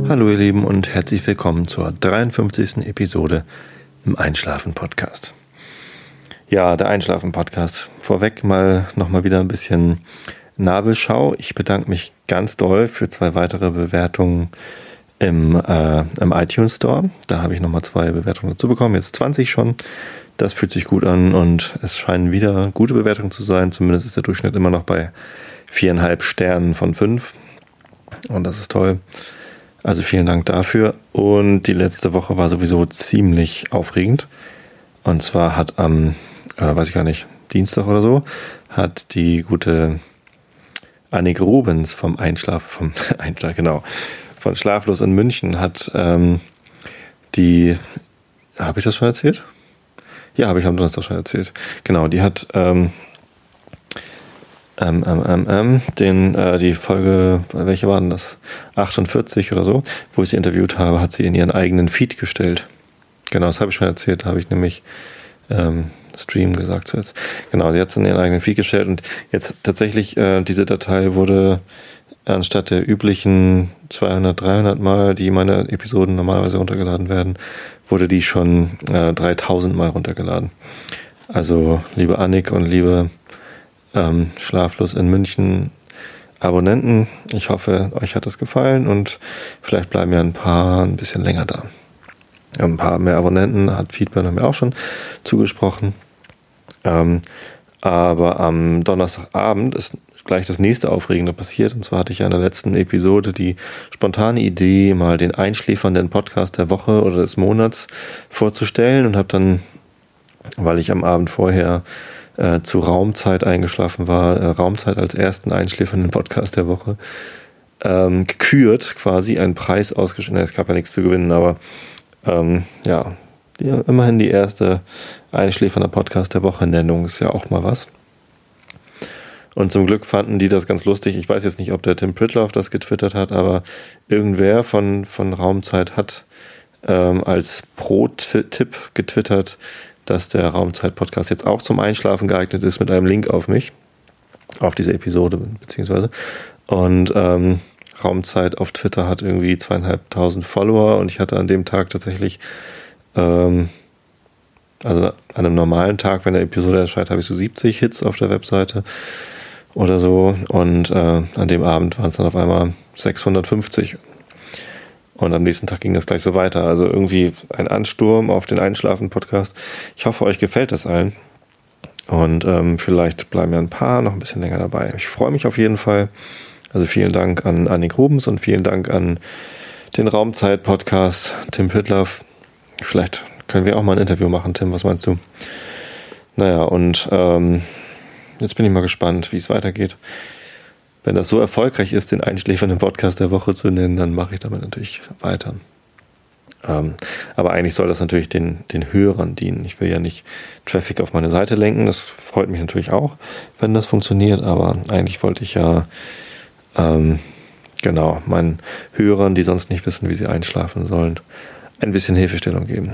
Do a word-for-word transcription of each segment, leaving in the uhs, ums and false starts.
Hallo ihr Lieben und herzlich willkommen zur dreiundfünfzigsten Episode im Einschlafen-Podcast. Ja, der Einschlafen-Podcast. Vorweg mal nochmal wieder ein bisschen Nabelschau. Ich bedanke mich ganz doll für zwei weitere Bewertungen im, äh, im iTunes Store. Da habe ich nochmal zwei Bewertungen dazu bekommen, jetzt zwanzig schon. Das fühlt sich gut an und es scheinen wieder gute Bewertungen zu sein. Zumindest ist der Durchschnitt immer noch bei viereinhalb Sternen von fünf. Und das ist toll. Also vielen Dank dafür. Und die letzte Woche war sowieso ziemlich aufregend. Und zwar hat am, äh, weiß ich gar nicht, Dienstag oder so, hat die gute Annik Rubens vom Einschlaf, vom Einschlaf, genau, von Schlaflos in München hat ähm, die, habe ich das schon erzählt? Ja, habe ich am Donnerstag schon erzählt. Genau, die hat ähm, ähm, ähm, ähm, ähm, den, äh, die Folge, welche war denn das? achtundvierzig oder so, wo ich sie interviewt habe, hat sie in ihren eigenen Feed gestellt. Genau, das habe ich schon erzählt, da habe ich nämlich ähm, Stream gesagt zuletzt. Genau, sie hat es in ihren eigenen Feed gestellt und jetzt tatsächlich, äh, diese Datei wurde anstatt der üblichen zweihundert, dreihundert Mal, die meine Episoden normalerweise runtergeladen werden, wurde die schon äh, dreitausend Mal runtergeladen. Also, liebe Annik und liebe ähm, Schlaflos in München Abonnenten, ich hoffe, euch hat das gefallen und vielleicht bleiben ja ein paar ein bisschen länger da. Ein paar mehr Abonnenten hat Feedback mir auch schon zugesprochen. Ähm, aber am Donnerstagabend ist gleich das nächste Aufregende passiert. Und zwar hatte ich ja in der letzten Episode die spontane Idee, mal den einschläfernden Podcast der Woche oder des Monats vorzustellen und habe dann, weil ich am Abend vorher äh, zu Raumzeit eingeschlafen war, äh, Raumzeit als ersten einschläfernden Podcast der Woche, ähm, gekürt, quasi einen Preis ausgeschrieben. Es gab ja nichts zu gewinnen, aber ähm, ja, die, immerhin die erste einschläfernde Podcast der Woche-Nennung ist ja auch mal was. Und zum Glück fanden die das ganz lustig. Ich weiß jetzt nicht, ob der Tim Pritloff das getwittert hat, aber irgendwer von, von Raumzeit hat ähm, als Pro-Tipp getwittert, dass der Raumzeit-Podcast jetzt auch zum Einschlafen geeignet ist, mit einem Link auf mich, auf diese Episode beziehungsweise. Und ähm, Raumzeit auf Twitter hat irgendwie zweieinhalbtausend Follower und ich hatte an dem Tag tatsächlich, ähm, also an einem normalen Tag, wenn der Episode erscheint, habe ich so siebzig Hits auf der Webseite oder so und äh, an dem Abend waren es dann auf einmal sechshundertfünfzig und am nächsten Tag ging das gleich so weiter. Also irgendwie ein Ansturm auf den Einschlafen-Podcast. Ich hoffe, euch gefällt das allen und ähm, vielleicht bleiben ja ein paar noch ein bisschen länger dabei. Ich freue mich auf jeden Fall. Also vielen Dank an Annik Rubens und vielen Dank an den Raumzeit-Podcast Tim Pritloff. Vielleicht können wir auch mal ein Interview machen, Tim, was meinst du? Naja, und ähm, jetzt bin ich mal gespannt, wie es weitergeht. Wenn das so erfolgreich ist, den einschläfernden Podcast der Woche zu nennen, dann mache ich damit natürlich weiter. Ähm, aber eigentlich soll das natürlich den, den Hörern dienen. Ich will ja nicht Traffic auf meine Seite lenken. Das freut mich natürlich auch, wenn das funktioniert. Aber eigentlich wollte ich ja ähm, genau meinen Hörern, die sonst nicht wissen, wie sie einschlafen sollen, ein bisschen Hilfestellung geben.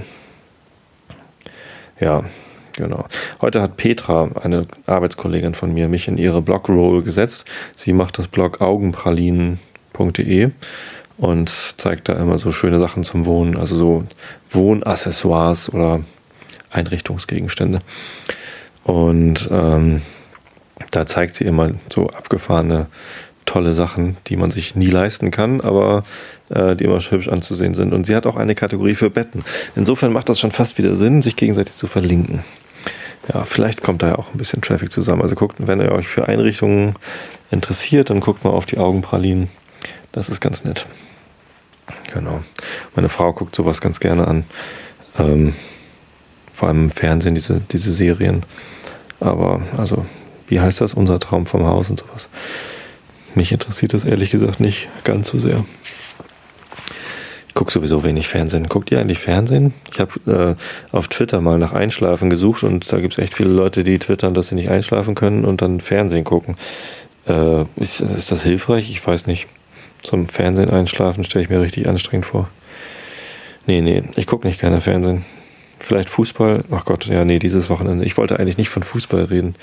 Ja, genau. Heute hat Petra, eine Arbeitskollegin von mir, mich in ihre Blog-Roll gesetzt. Sie macht das Blog augenpralinen punkt de und zeigt da immer so schöne Sachen zum Wohnen, also so Wohnaccessoires oder Einrichtungsgegenstände. Und ähm, da zeigt sie immer so abgefahrene, tolle Sachen, die man sich nie leisten kann, aber äh, die immer hübsch anzusehen sind. Und sie hat auch eine Kategorie für Betten. Insofern macht das schon fast wieder Sinn, sich gegenseitig zu verlinken. Ja, vielleicht kommt da ja auch ein bisschen Traffic zusammen. Also guckt, wenn ihr euch für Einrichtungen interessiert, dann guckt mal auf die Augenpralinen. Das ist ganz nett. Genau. Meine Frau guckt sowas ganz gerne an. Ähm, vor allem im Fernsehen, diese, diese Serien. Aber, also, wie heißt das? Unser Traum vom Haus und sowas. Mich interessiert das ehrlich gesagt nicht ganz so sehr. Ich gucke sowieso wenig Fernsehen. Guckt ihr eigentlich Fernsehen? Ich habe äh, auf Twitter mal nach Einschlafen gesucht und da gibt es echt viele Leute, die twittern, dass sie nicht einschlafen können und dann Fernsehen gucken. Äh, ist, ist das hilfreich? Ich weiß nicht. Zum Fernsehen einschlafen stelle ich mir richtig anstrengend vor. Nee, nee, ich gucke nicht gerne Fernsehen. Vielleicht Fußball? Ach Gott, ja, nee, dieses Wochenende. Ich wollte eigentlich nicht von Fußball reden.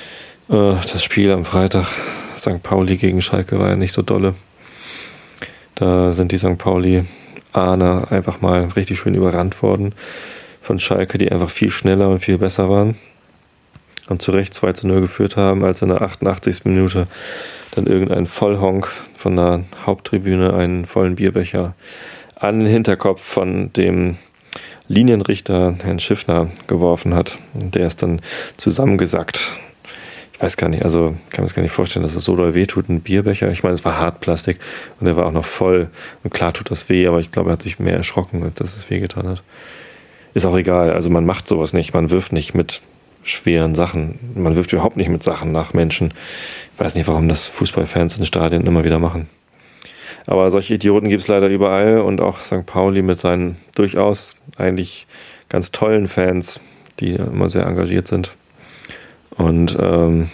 Äh, das Spiel am Freitag, Sankt Pauli gegen Schalke, war ja nicht so dolle. Da sind die Sankt Pauli-Ahner einfach mal richtig schön überrannt worden von Schalke, die einfach viel schneller und viel besser waren und zu Recht zwei zu null geführt haben, als in der achtundachtzigsten Minute dann irgendein Vollhonk von der Haupttribüne einen vollen Bierbecher an den Hinterkopf von dem Linienrichter Herrn Schiffner geworfen hat. Der ist dann zusammengesackt. Ich weiß gar nicht, also kann man es gar nicht vorstellen, dass es so doll wehtut, ein Bierbecher. Ich meine, es war Hartplastik und der war auch noch voll. Und klar tut das weh, aber ich glaube, er hat sich mehr erschrocken, als dass es wehgetan hat. Ist auch egal, also man macht sowas nicht. Man wirft nicht mit schweren Sachen. Man wirft überhaupt nicht mit Sachen nach Menschen. Ich weiß nicht, warum das Fußballfans in Stadien immer wieder machen. Aber solche Idioten gibt es leider überall und auch Sankt Pauli mit seinen durchaus eigentlich ganz tollen Fans, die immer sehr engagiert sind. Und ähm,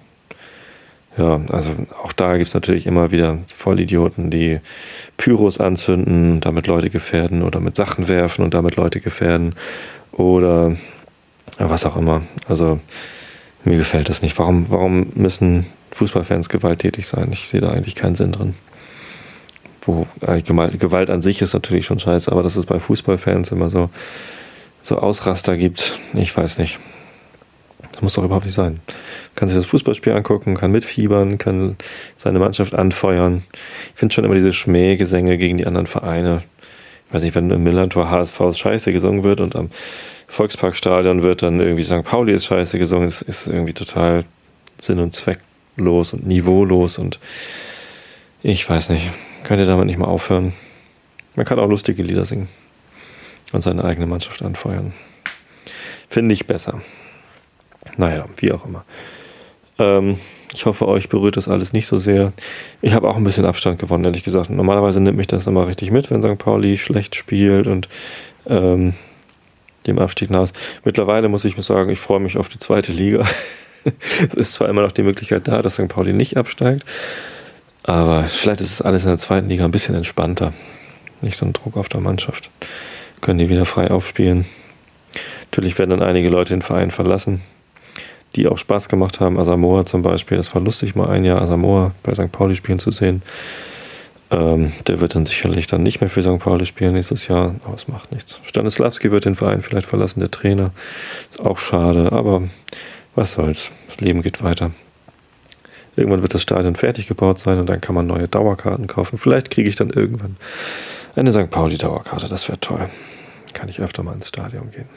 ja, also auch da gibt es natürlich immer wieder Vollidioten, die Pyros anzünden, damit Leute gefährden oder mit Sachen werfen und damit Leute gefährden oder ja, was auch immer. Also mir gefällt das nicht. Warum, warum müssen Fußballfans gewalttätig sein? Ich sehe da eigentlich keinen Sinn drin. Wo Gewalt an sich ist natürlich schon scheiße, aber dass es bei Fußballfans immer so, so Ausraster gibt, ich weiß nicht. Das muss doch überhaupt nicht sein. Man kann sich das Fußballspiel angucken, kann mitfiebern, kann seine Mannschaft anfeuern. Ich finde schon immer diese Schmähgesänge gegen die anderen Vereine. Ich weiß nicht, wenn im Millantor H S V Scheiße gesungen wird und am Volksparkstadion wird dann irgendwie Sankt Pauli ist Scheiße gesungen, ist, ist irgendwie total sinn- und zwecklos und niveaulos und ich weiß nicht. Könnt ihr damit nicht mal aufhören? Man kann auch lustige Lieder singen und seine eigene Mannschaft anfeuern. Finde ich besser. Naja, wie auch immer. Ähm, ich hoffe, euch berührt das alles nicht so sehr. Ich habe auch ein bisschen Abstand gewonnen, ehrlich gesagt. Normalerweise nimmt mich das immer richtig mit, wenn Sankt Pauli schlecht spielt und ähm, dem Abstieg nach ist. Mittlerweile muss ich sagen, ich freue mich auf die zweite Liga. Es ist zwar immer noch die Möglichkeit da, dass Sankt Pauli nicht absteigt, aber vielleicht ist es alles in der zweiten Liga ein bisschen entspannter. Nicht so ein Druck auf der Mannschaft. Können die wieder frei aufspielen. Natürlich werden dann einige Leute den Verein verlassen, die auch Spaß gemacht haben. Asamoah zum Beispiel. Das war lustig, mal ein Jahr Asamoah bei Sankt Pauli spielen zu sehen. Ähm, der wird dann sicherlich dann nicht mehr für Sankt Pauli spielen nächstes Jahr. Aber es macht nichts. Stanislavski wird den Verein vielleicht verlassen, der Trainer. Ist auch schade, aber was soll's. Das Leben geht weiter. Irgendwann wird das Stadion fertig gebaut sein und dann kann man neue Dauerkarten kaufen. Vielleicht kriege ich dann irgendwann eine Sankt Pauli-Dauerkarte. Das wäre toll. Kann ich öfter mal ins Stadion gehen.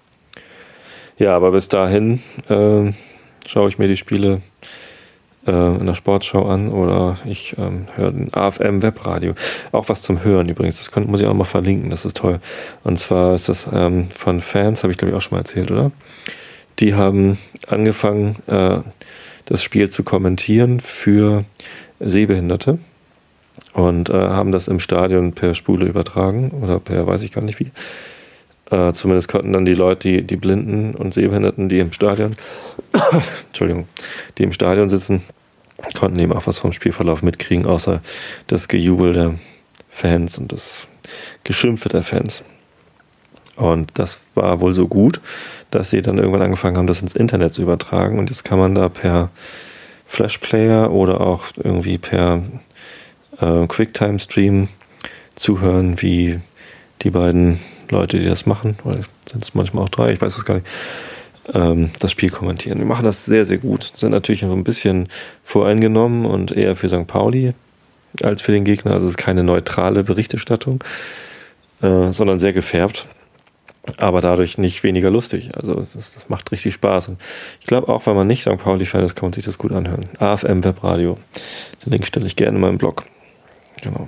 Ja, aber bis dahin äh, schaue ich mir die Spiele äh, in der Sportschau an oder ich ähm, höre den A F M-Webradio. Auch was zum Hören übrigens. Das kann, muss ich auch mal verlinken. Das ist toll. Und zwar ist das ähm, von Fans, habe ich glaube ich auch schon mal erzählt, oder? Die haben angefangen, äh, das Spiel zu kommentieren für Sehbehinderte und äh, haben das im Stadion per Spule übertragen oder per weiß ich gar nicht wie. Äh, zumindest konnten dann die Leute, die, die Blinden und Sehbehinderten, die im Stadion Entschuldigung, die im Stadion sitzen, konnten eben auch was vom Spielverlauf mitkriegen, außer das Gejubel der Fans und das Geschimpfe der Fans. Und das war wohl so gut, dass sie dann irgendwann angefangen haben, das ins Internet zu übertragen. Und jetzt kann man da per Flashplayer oder auch irgendwie per äh, Quicktime-Stream zuhören, wie die beiden Leute, die das machen, oder sind es manchmal auch drei, ich weiß es gar nicht, ähm, das Spiel kommentieren. Die machen das sehr, sehr gut. Sind natürlich noch ein bisschen voreingenommen und eher für Sankt Pauli als für den Gegner. Also es ist keine neutrale Berichterstattung, äh, sondern sehr gefärbt. Aber dadurch nicht weniger lustig. Also das, das macht richtig Spaß. Und ich glaube auch, wenn man nicht Sankt Pauli-Fan ist, kann man sich das gut anhören. A F M Webradio. Den Link stelle ich gerne in meinem Blog. Genau.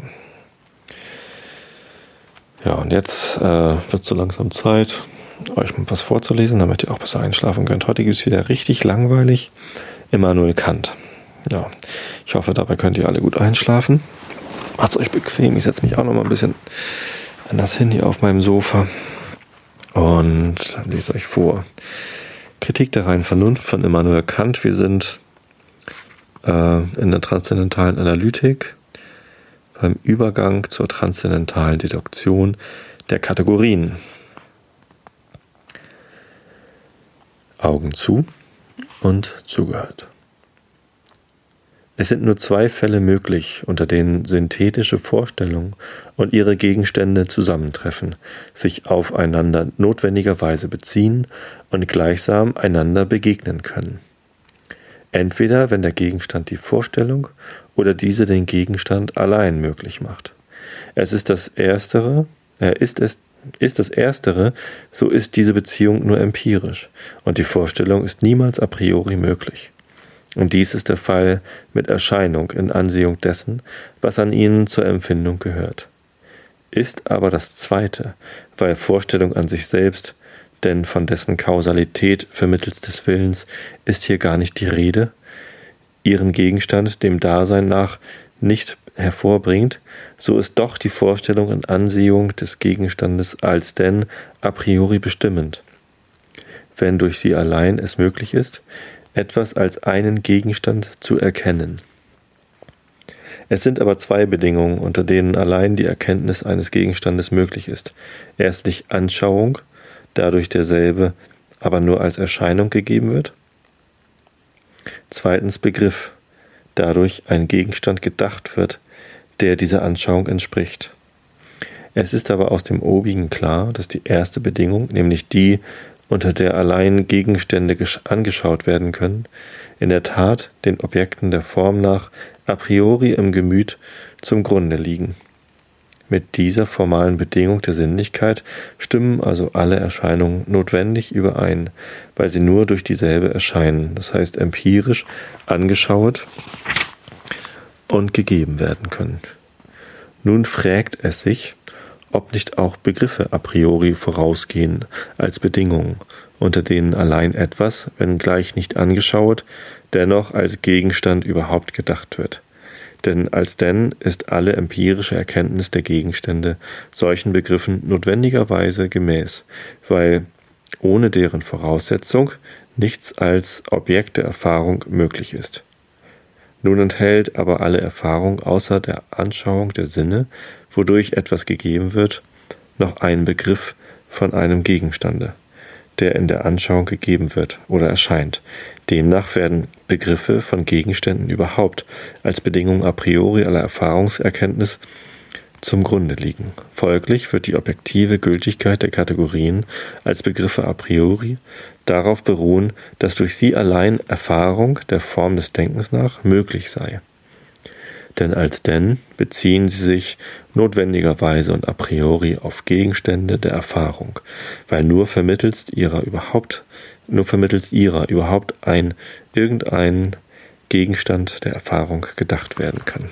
Ja, und jetzt äh, wird es so langsam Zeit, euch mal was vorzulesen, damit ihr auch besser einschlafen könnt. Heute gibt es wieder richtig langweilig Immanuel Kant. Ja, ich hoffe, dabei könnt ihr alle gut einschlafen. Macht's euch bequem. Ich setze mich auch noch mal ein bisschen anders hin hier auf meinem Sofa. Und lese euch vor. Kritik der reinen Vernunft von Immanuel Kant. Wir sind äh, in der transzendentalen Analytik beim Übergang zur transzendentalen Deduktion der Kategorien. Augen zu und zugehört. Es sind nur zwei Fälle möglich, unter denen synthetische Vorstellungen und ihre Gegenstände zusammentreffen, sich aufeinander notwendigerweise beziehen und gleichsam einander begegnen können. Entweder wenn der Gegenstand die Vorstellung oder diese den Gegenstand allein möglich macht. Es ist das Erstere, äh, ist es Ist das Erstere, so ist diese Beziehung nur empirisch und die Vorstellung ist niemals a priori möglich. Und dies ist der Fall mit Erscheinung in Ansehung dessen, was an ihnen zur Empfindung gehört. Ist aber das Zweite, weil Vorstellung an sich selbst, denn von dessen Kausalität vermittels des Willens ist hier gar nicht die Rede, ihren Gegenstand dem Dasein nach nicht hervorbringt, so ist doch die Vorstellung in Ansehung des Gegenstandes als denn a priori bestimmend, wenn durch sie allein es möglich ist, etwas als einen Gegenstand zu erkennen. Es sind aber zwei Bedingungen, unter denen allein die Erkenntnis eines Gegenstandes möglich ist. Erstlich Anschauung, dadurch derselbe aber nur als Erscheinung gegeben wird. Zweitens Begriff, dadurch ein Gegenstand gedacht wird, der dieser Anschauung entspricht. Es ist aber aus dem Obigen klar, dass die erste Bedingung, nämlich die, unter der allein Gegenstände angeschaut werden können, in der Tat den Objekten der Form nach a priori im Gemüt zum Grunde liegen. Mit dieser formalen Bedingung der Sinnlichkeit stimmen also alle Erscheinungen notwendig überein, weil sie nur durch dieselbe erscheinen, das heißt empirisch angeschaut und gegeben werden können. Nun fragt es sich, ob nicht auch Begriffe a priori vorausgehen als Bedingungen, unter denen allein etwas, wenngleich nicht angeschaut, dennoch als Gegenstand überhaupt gedacht wird. Denn alsdenn ist alle empirische Erkenntnis der Gegenstände solchen Begriffen notwendigerweise gemäß, weil ohne deren Voraussetzung nichts als Objekt der Erfahrung möglich ist. Nun enthält aber alle Erfahrung außer der Anschauung der Sinne, wodurch etwas gegeben wird, noch einen Begriff von einem Gegenstande, der in der Anschauung gegeben wird oder erscheint. Demnach werden Begriffe von Gegenständen überhaupt als Bedingung a priori aller Erfahrungserkenntnis zum Grunde liegen. Folglich wird die objektive Gültigkeit der Kategorien als Begriffe a priori darauf beruhen, dass durch sie allein Erfahrung der Form des Denkens nach möglich sei. Denn alsdenn beziehen sie sich notwendigerweise und a priori auf Gegenstände der Erfahrung, weil nur vermittels ihrer überhaupt, nur vermittels ihrer überhaupt ein irgendein Gegenstand der Erfahrung gedacht werden kann.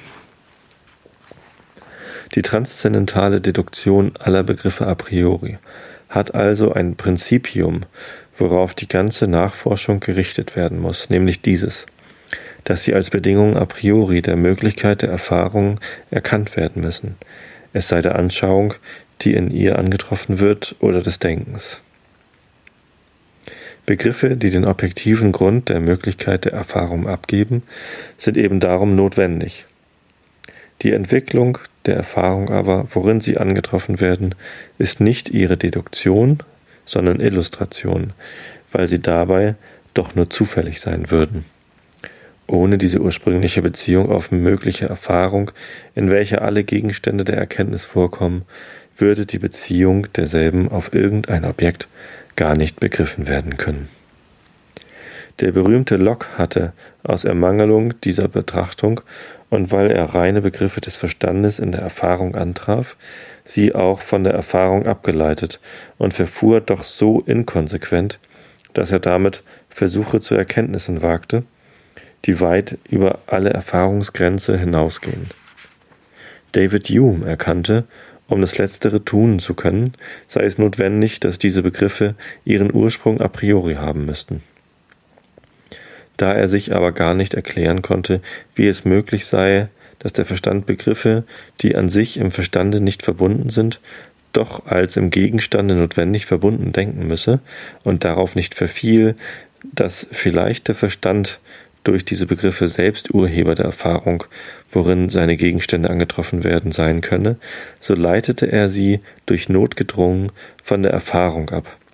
Die transzendentale Deduktion aller Begriffe a priori hat also ein Prinzipium, worauf die ganze Nachforschung gerichtet werden muss, nämlich dieses, dass sie als Bedingung a priori der Möglichkeit der Erfahrung erkannt werden müssen, es sei der Anschauung, die in ihr angetroffen wird, oder des Denkens. Begriffe, die den objektiven Grund der Möglichkeit der Erfahrung abgeben, sind eben darum notwendig. Die Entwicklung der Erfahrung aber, worin sie angetroffen werden, ist nicht ihre Deduktion, sondern Illustration, weil sie dabei doch nur zufällig sein würden. Ohne diese ursprüngliche Beziehung auf mögliche Erfahrung, in welcher alle Gegenstände der Erkenntnis vorkommen, würde die Beziehung derselben auf irgendein Objekt gar nicht begriffen werden können. Der berühmte Locke hatte, aus Ermangelung dieser Betrachtung und weil er reine Begriffe des Verstandes in der Erfahrung antraf, sie auch von der Erfahrung abgeleitet und verfuhr doch so inkonsequent, dass er damit Versuche zu Erkenntnissen wagte, die weit über alle Erfahrungsgrenze hinausgehen. David Hume erkannte, um das Letztere tun zu können, sei es notwendig, dass diese Begriffe ihren Ursprung a priori haben müssten. Da er sich aber gar nicht erklären konnte, wie es möglich sei, dass der Verstand Begriffe, die an sich im Verstande nicht verbunden sind, doch als im Gegenstande notwendig verbunden denken müsse und darauf nicht verfiel, dass vielleicht der Verstand durch diese Begriffe selbst Urheber der Erfahrung, worin seine Gegenstände angetroffen werden, sein könne, so leitete er sie durch Not gedrungen von der Erfahrung ab,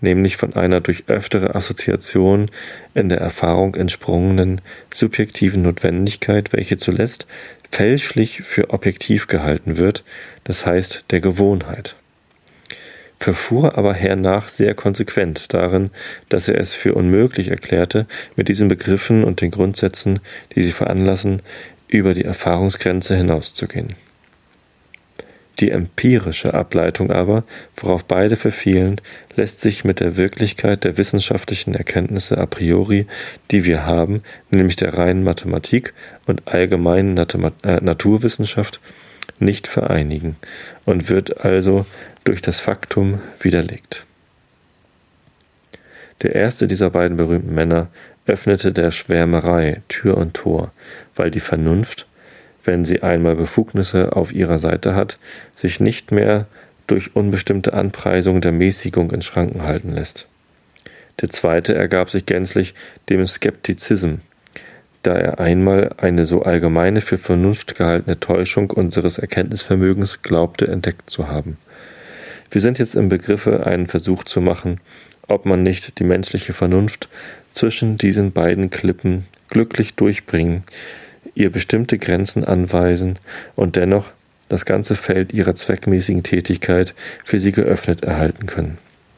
nämlich von einer durch öftere Assoziation in der Erfahrung entsprungenen subjektiven Notwendigkeit, welche zuletzt fälschlich für objektiv gehalten wird, das heißt der Gewohnheit. Verfuhr aber hernach sehr konsequent darin, dass er es für unmöglich erklärte, mit diesen Begriffen und den Grundsätzen, die sie veranlassen, über die Erfahrungsgrenze hinauszugehen. Die empirische Ableitung aber, worauf beide verfielen, lässt sich mit der Wirklichkeit der wissenschaftlichen Erkenntnisse a priori, die wir haben, nämlich der reinen Mathematik und allgemeinen Nat- äh, Naturwissenschaft, nicht vereinigen und wird also durch das Faktum widerlegt. Der erste dieser beiden berühmten Männer öffnete der Schwärmerei Tür und Tor, weil die Vernunft, wenn sie einmal Befugnisse auf ihrer Seite hat, sich nicht mehr durch unbestimmte Anpreisung der Mäßigung in Schranken halten lässt. Der zweite ergab sich gänzlich dem Skeptizism, da er einmal eine so allgemeine für Vernunft gehaltene Täuschung unseres Erkenntnisvermögens glaubte entdeckt zu haben. Wir sind jetzt im Begriffe, einen Versuch zu machen, ob man nicht die menschliche Vernunft zwischen diesen beiden Klippen glücklich durchbringen, ihr bestimmte Grenzen anweisen und dennoch das ganze Feld ihrer zweckmäßigen Tätigkeit für sie geöffnet erhalten können.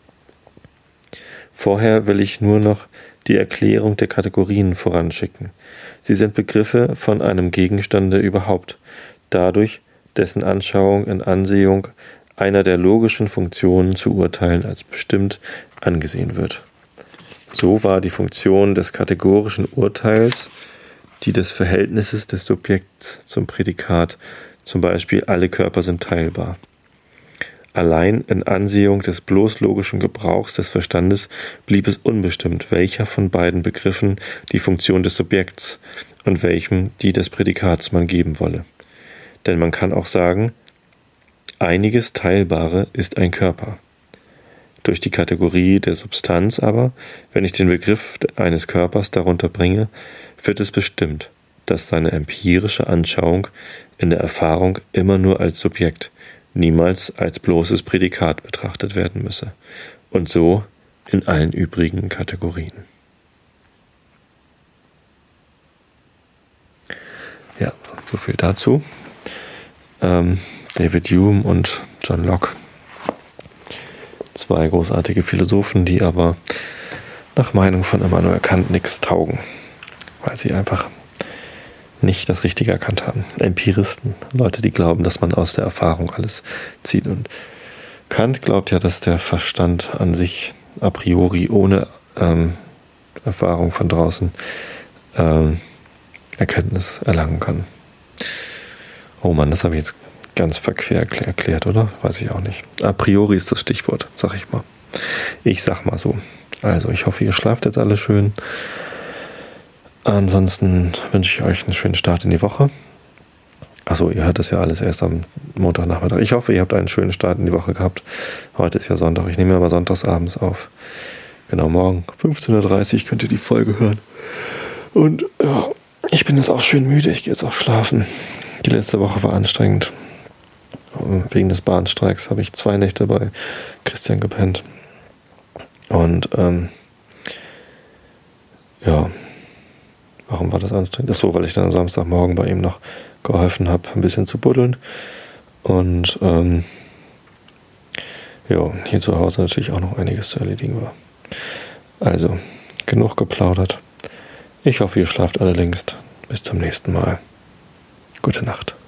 Vorher will ich nur noch die Erklärung der Kategorien voranschicken. Sie sind Begriffe von einem Gegenstande überhaupt, dadurch dessen Anschauung in Ansehung einer der logischen Funktionen zu urteilen als bestimmt angesehen wird. So war die Funktion des kategorischen Urteils die des Verhältnisses des Subjekts zum Prädikat, zum Beispiel alle Körper sind teilbar. Allein in Ansehung des bloß logischen Gebrauchs des Verstandes blieb es unbestimmt, welcher von beiden Begriffen die Funktion des Subjekts und welchem die des Prädikats man geben wolle. Denn man kann auch sagen, einiges Teilbare ist ein Körper. Durch die Kategorie der Substanz aber, wenn ich den Begriff eines Körpers darunter bringe, wird es bestimmt, dass seine empirische Anschauung in der Erfahrung immer nur als Subjekt, niemals als bloßes Prädikat betrachtet werden müsse. Und so in allen übrigen Kategorien. Ja, so viel dazu. Ähm, David Hume und John Locke. Zwei großartige Philosophen, die aber nach Meinung von Immanuel Kant nichts taugen, weil sie einfach nicht das Richtige erkannt haben. Empiristen, Leute, die glauben, dass man aus der Erfahrung alles zieht. Und Kant glaubt ja, dass der Verstand an sich a priori ohne ähm, Erfahrung von draußen ähm, Erkenntnis erlangen kann. Oh Mann, das habe ich jetzt ganz verquer erklärt, oder? Weiß ich auch nicht. A priori ist das Stichwort, sag ich mal. Ich sag mal so. Also, ich hoffe, ihr schlaft jetzt alle schön. Ansonsten wünsche ich euch einen schönen Start in die Woche. Achso, ihr hört das ja alles erst am Montagnachmittag. Ich hoffe, ihr habt einen schönen Start in die Woche gehabt. Heute ist ja Sonntag. Ich nehme aber sonntagsabends auf. Genau, morgen fünfzehn Uhr dreißig könnt ihr die Folge hören. Und ja, ich bin jetzt auch schön müde. Ich gehe jetzt auch schlafen. Die letzte Woche war anstrengend. Wegen des Bahnstreiks habe ich zwei Nächte bei Christian gepennt. Und ähm, ja, warum war das anstrengend? Ach so, weil ich dann am Samstagmorgen bei ihm noch geholfen habe, ein bisschen zu buddeln. Und ähm, ja, hier zu Hause natürlich auch noch einiges zu erledigen war. Also, genug geplaudert. Ich hoffe, ihr schlaft alle längst. Bis zum nächsten Mal. Gute Nacht.